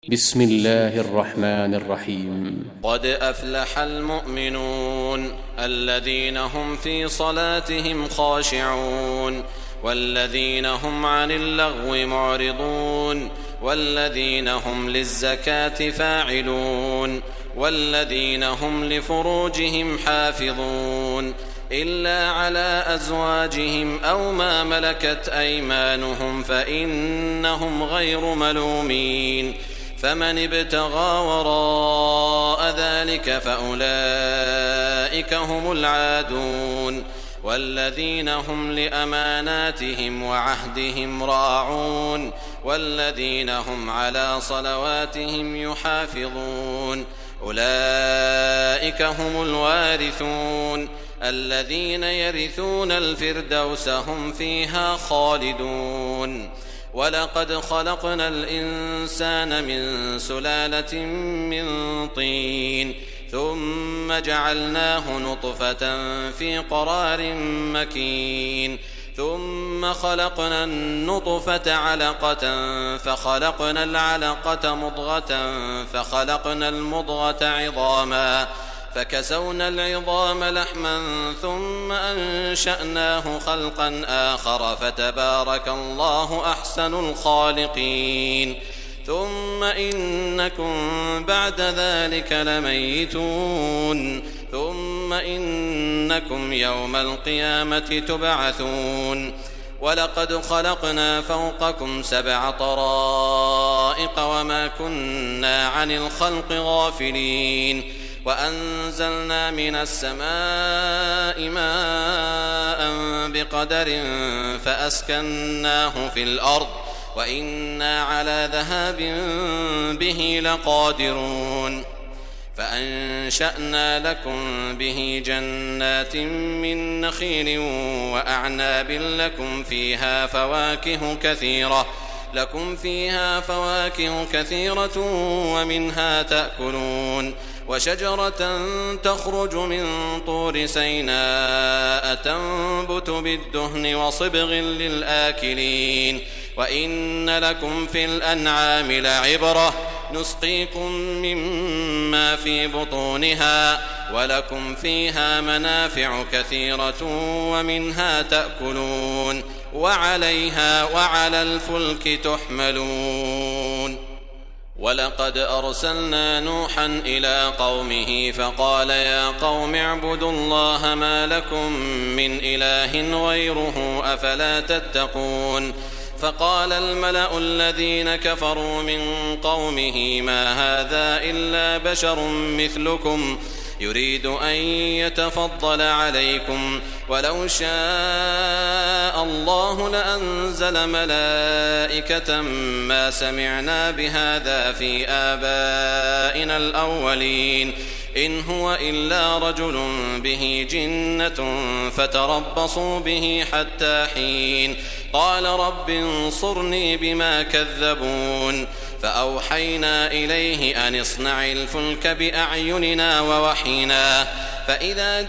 بسم الله الرحمن الرحيم. قد أفلح المؤمنون الذين هم في صلاتهم خاشعون والذين هم عن اللغو معرضون والذين هم للزكاة فاعلون والذين هم لفروجهم حافظون إلا على أزواجهم أو ما ملكت أيمانهم فإنهم غير ملومين فمن ابتغى وراء ذلك فأولئك هم العادون والذين هم لأماناتهم وعهدهم راعون والذين هم على صلواتهم يحافظون أولئك هم الوارثون الذين يرثون الفردوس هم فيها خالدون. ولقد خلقنا الإنسان من سلالة من طين ثم جعلناه نطفة في قرار مكين ثم خلقنا النطفة علقة فخلقنا العلقة مضغة فخلقنا المضغة عظاما فكسونا العظام لحما ثم أنشأناه خلقا آخر فتبارك الله أحسن الخالقين. ثم إنكم بعد ذلك لميتون ثم إنكم يوم القيامة تبعثون. ولقد خلقنا فوقكم 7 طرائق وما كنا عن الخلق غافلين وأنزلنا من السماء ماء بقدر فأسكناه في الأرض وإنا على ذهاب به لقادرون. فأنشأنا لكم به جنات من نخيل وأعناب لكم فيها فواكه كثيرة ومنها تأكلون وشجرة تخرج من طور سيناء تنبت بالدهن وصبغ للآكلين وإن لكم في الأنعام لعبرة نسقيكم مما في بطونها ولكم فيها منافع كثيرة ومنها تأكلون وعليها وعلى الفلك تحملون. ولقد أرسلنا نوحا إلى قومه فقال يا قوم اعبدوا الله ما لكم من إله غيره أفلا تتقون. فقال الملأ الذين كفروا من قومه ما هذا إلا بشر مثلكم يريد أن يتفضل عليكم ولو شاء الله لأنزل ملائكة ما سمعنا بهذا في آبائنا الأولين إن هو إلا رجل به جنة فتربصوا به حتى حين. قال رب انصرني بما كذبون. فأوحينا إليه أن اصنع الفلك بأعيننا ووحينا فإذا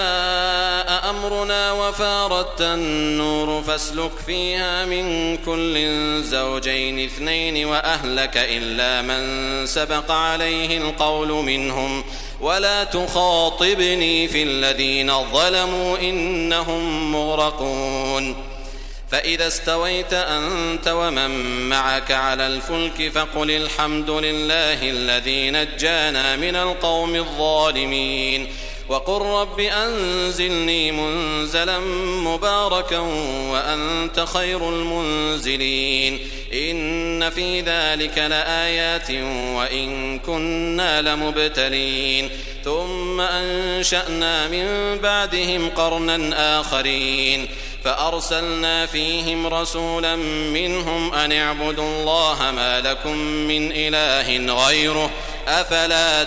جاء أمرنا وفارت النور فاسلك فيها من كل زوجين 2 وأهلك إلا من سبق عليه القول منهم ولا تخاطبني في الذين ظلموا إنهم مغرقون. فإذا استويت أنت ومن معك على الفلك فقل الحمد لله الذي نجانا من القوم الظالمين وقل رب أنزلني منزلا مباركا وأنت خير المنزلين. إن في ذلك لآيات وإن كنا لمبتلين. ثم أنشأنا من بعدهم قرنا آخرين فأرسلنا فيهم رسولا منهم أن اعبدوا الله ما لكم من إله غيره أفلا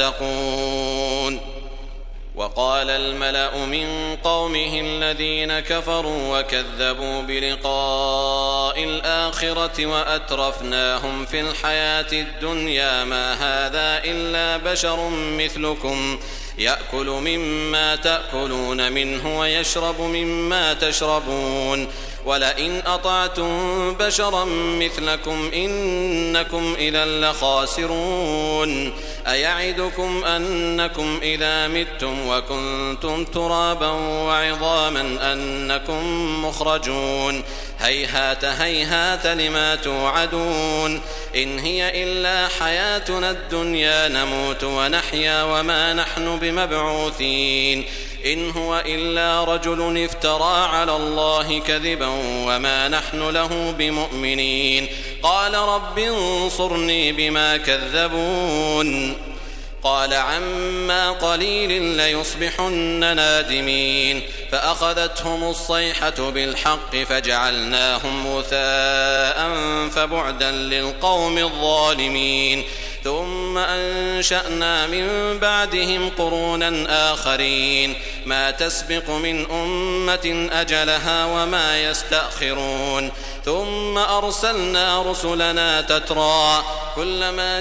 تتقون. وقال الملأ من قومه الذين كفروا وكذبوا بلقاء الآخرة وأترفناهم في الحياة الدنيا ما هذا إلا بشر مثلكم يأكل مما تأكلون منه ويشرب مما تشربون ولئن أطعتم بشرا مثلكم إنكم إذا لخاسرون أيعدكم أنكم إذا متم وكنتم ترابا وعظاما أنكم مخرجون هيهات هيهات لما توعدون إن هي إلا حياتنا الدنيا نموت ونحيا وما نحن بمبعوثين إن هو إلا رجل افترى على الله كذبا وما نحن له بمؤمنين قال رب انصرني بما كذبون قال عما قليل ليصبحن نادمين فأخذتهم الصيحة بالحق فجعلناهم غثاء فبعدا للقوم الظالمين ثم أنشأنا من بعدهم قرونا آخرين ما تسبق من أمة أجلها وما يستأخرون ثم أرسلنا رسلنا تترى كلما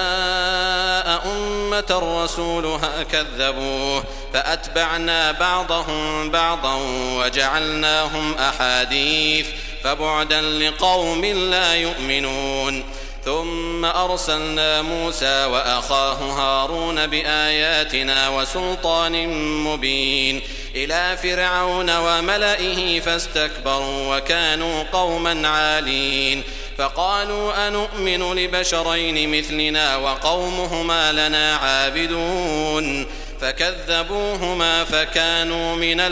جاء أمة رسولها كذبوه فأتبعنا بعضهم بعضا وجعلناهم أحاديث فبعدا لقوم لا يؤمنون ثم أرسلنا موسى وأخاه هارون بآياتنا وسلطان مبين إلى فرعون وملئه فاستكبروا وكانوا قوما عالين فقالوا أنؤمن لبشرين مثلنا وقومهما لنا عابدون فكذبوهما فكانوا من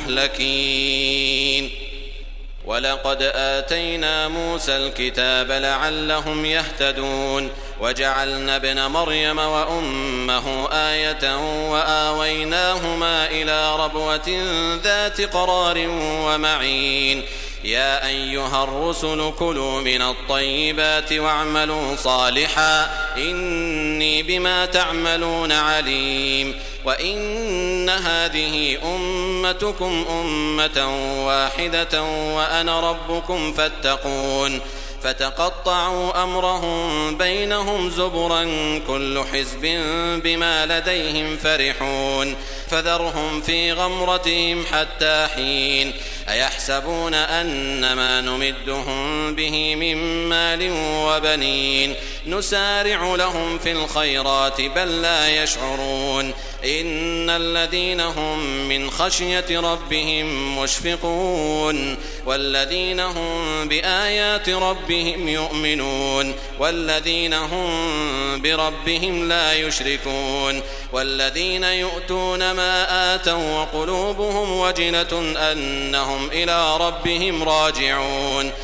المهلكين ولقد آتينا موسى الكتاب لعلهم يهتدون وجعلنا ابن مريم وأمه آية وآويناهما إلى ربوة ذات قرار ومعين يا أيها الرسل كلوا من الطيبات واعملوا صالحا إني بما تعملون عليم وإن هذه أمتكم أمة واحدة وأنا ربكم فاتقون فتقطعوا أمرهم بينهم زبرا كل حزب بما لديهم فرحون فذرهم في غمرتهم حتى حين أيحسبون أن ما نمدهم به من مال وبنين نسارع لهم في الخيرات بل لا يشعرون إن الذين هم من خشية ربهم مشفقون والذين هم بآيات ربهم يؤمنون والذين هم بربهم لا يشركون والذين يؤتون ما آتوا وقلوبهم وجلة أنهم إلى ربهم راجعون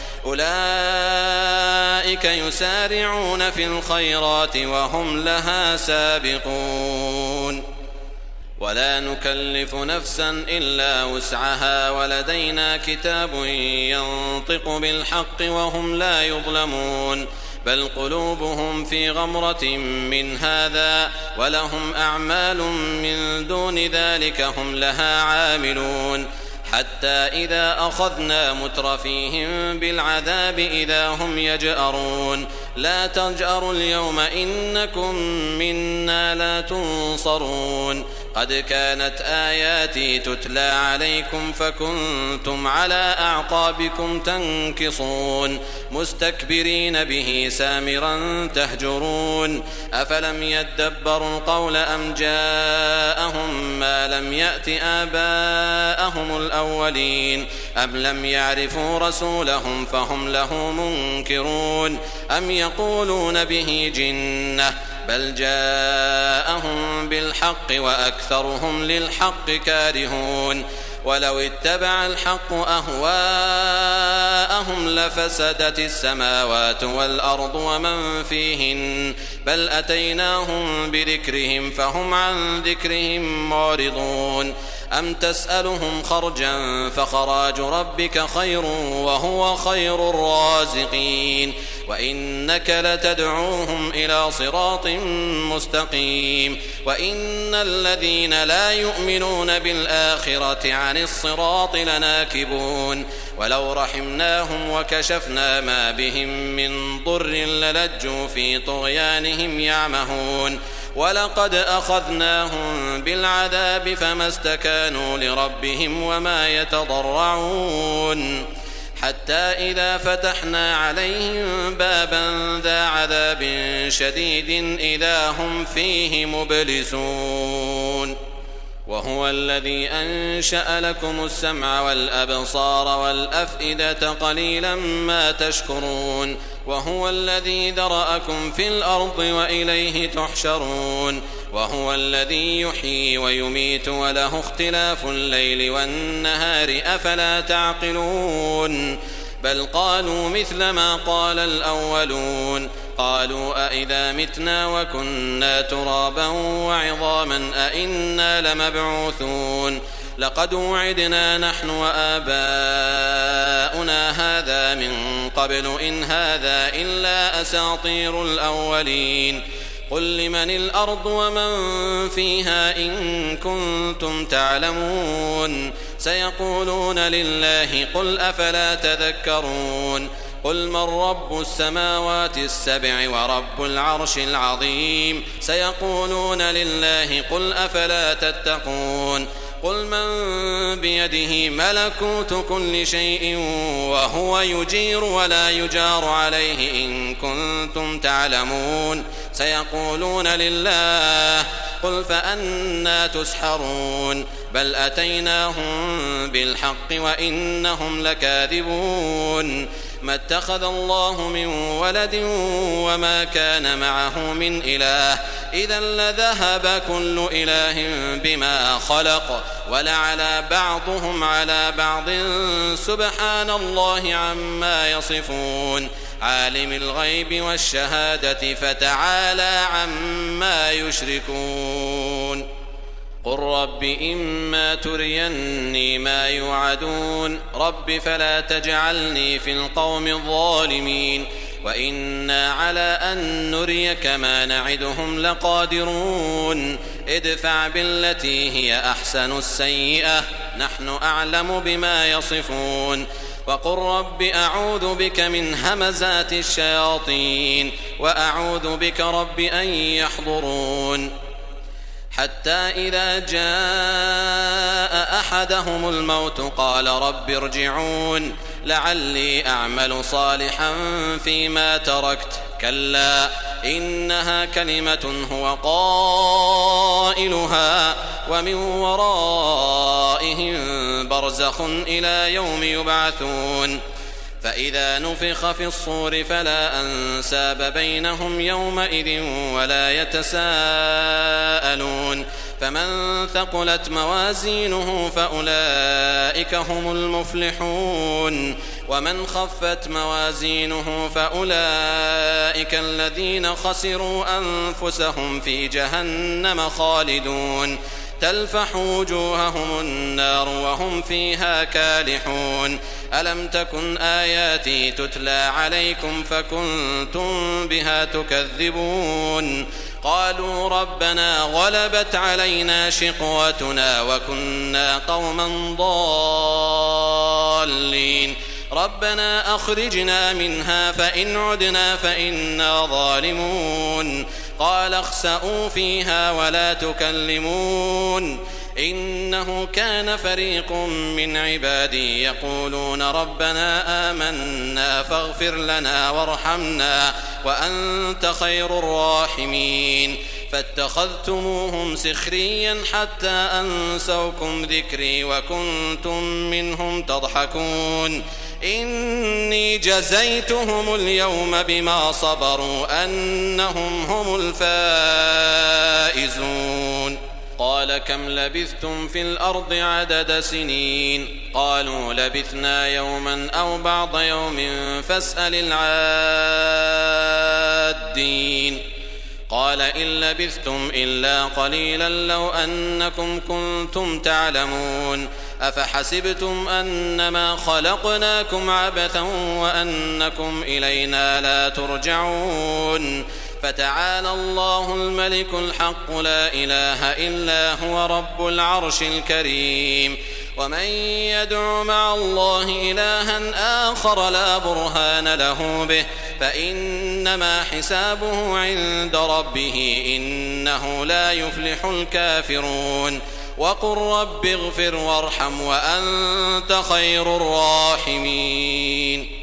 أولئك يسارعون في الخيرات وهم لها سابقون ولا نكلف نفسا إلا وسعها ولدينا كتاب ينطق بالحق وهم لا يظلمون بل قلوبهم في غمرة من هذا ولهم أعمال من دون ذلك هم لها عاملون حتى إذا أخذنا مترفيهم بالعذاب إذا هم يجأرون لا تجأروا اليوم إنكم منا لا تنصرون قد كانت آياتي تتلى عليكم فكنتم على أعقابكم تنكصون مستكبرين به سامرا تهجرون أفلم يدبروا القول أم جاءهم ما لم يأت آباءهم الأولين أم لم يعرفوا رسولهم فهم له منكرون أم يقولون به جنة بل جاءهم بالحق وأكثرهم للحق كارهون ولو اتبع الحق أهواءهم لفسدت السماوات والأرض ومن فيهن بل أتيناهم بذكرهم فهم عن ذكرهم معرضون أم تسألهم خرجا فخراج ربك خير وهو خير الرازقين وإنك لتدعوهم إلى صراط مستقيم وإن الذين لا يؤمنون بالآخرة عن الصراط لناكبون ولو رحمناهم وكشفنا ما بهم من ضر للجوا في طغيانهم يعمهون ولقد أخذناهم بالعذاب فما استكانوا لربهم وما يتضرعون حتى إذا فتحنا عليهم بابا ذا عذاب شديد إذا هم فيه مبلسون وهو الذي أنشأ لكم السمع والأبصار والأفئدة قليلا ما تشكرون وهو الذي ذرأكم في الأرض وإليه تحشرون وهو الذي يحيي ويميت وله اختلاف الليل والنهار أفلا تعقلون بل قالوا مثل ما قال الأولون قالوا أئذا متنا وكنا ترابا وعظاما أئنا لمبعوثون لقد وعدنا نحن وآباؤنا هذا من قبل إن هذا إلا أساطير الأولين قل لمن الأرض ومن فيها إن كنتم تعلمون سيقولون لله قل أفلا تذكرون قل من رب السماوات السبع ورب العرش العظيم سيقولون لله قل أفلا تتقون قل من بيده ملكوت كل شيء وهو يجير ولا يجار عليه إن كنتم تعلمون سيقولون لله قل فأنا تسحرون بل أتيناهم بالحق وإنهم لكاذبون ما اتخذ الله من ولد وما كان معه من إله إذا لذهب كل إله بما خلق ولعلى بعضهم على بعض سبحان الله عما يصفون عالم الغيب والشهادة فتعالى عما يشركون قل رب إما تريني ما يوعدون رب فلا تجعلني في القوم الظالمين وإنا على أن نريك ما نعدهم لقادرون ادفع بالتي هي أحسن السيئة نحن أعلم بما يصفون وقل رب أعوذ بك من همزات الشياطين وأعوذ بك رب أن يحضرون حتى إذا جاء أحدهم الموت قال رب ارجعون لعلي أعمل صالحا فيما تركت كلا إنها كلمة هو قائلها ومن ورائهم برزخ إلى يوم يبعثون فإذا نفخ في الصور فلا أنساب بينهم يومئذ ولا يتساءلون فمن ثقلت موازينه فأولئك هم المفلحون ومن خفت موازينه فأولئك الذين خسروا أنفسهم في جهنم خالدون تلفح وجوههم النار وهم فيها كالحون ألم تكن آياتي تتلى عليكم فكنتم بها تكذبون قالوا ربنا غلبت علينا شقوتنا وكنا قوما ضالين ربنا أخرجنا منها فإن عدنا فإنا ظالمون قال اخسئوا فيها ولا تكلمون إنه كان فريق من عبادي يقولون ربنا آمنا فاغفر لنا وارحمنا وأنت خير الراحمين فاتخذتموهم سخريا حتى أنسوكم ذكري وكنتم منهم تضحكون إني جزيتهم اليوم بما صبروا أنهم هم الفائزون قال كم لبثتم في الأرض عدد سنين قالوا لبثنا يوما أو بعض يوم فاسأل العادين قال إن لبثتم إلا قليلا لو أنكم كنتم تعلمون أفحسبتم أنما خلقناكم عبثا وأنكم إلينا لا ترجعون فتعالى الله الملك الحق لا إله إلا هو رب العرش الكريم ومن يدع مع الله إلها آخر لا برهان له به فإنما حسابه عند ربه إنه لا يفلح الكافرون وقل رب اغفر وارحم وأنت خير الراحمين.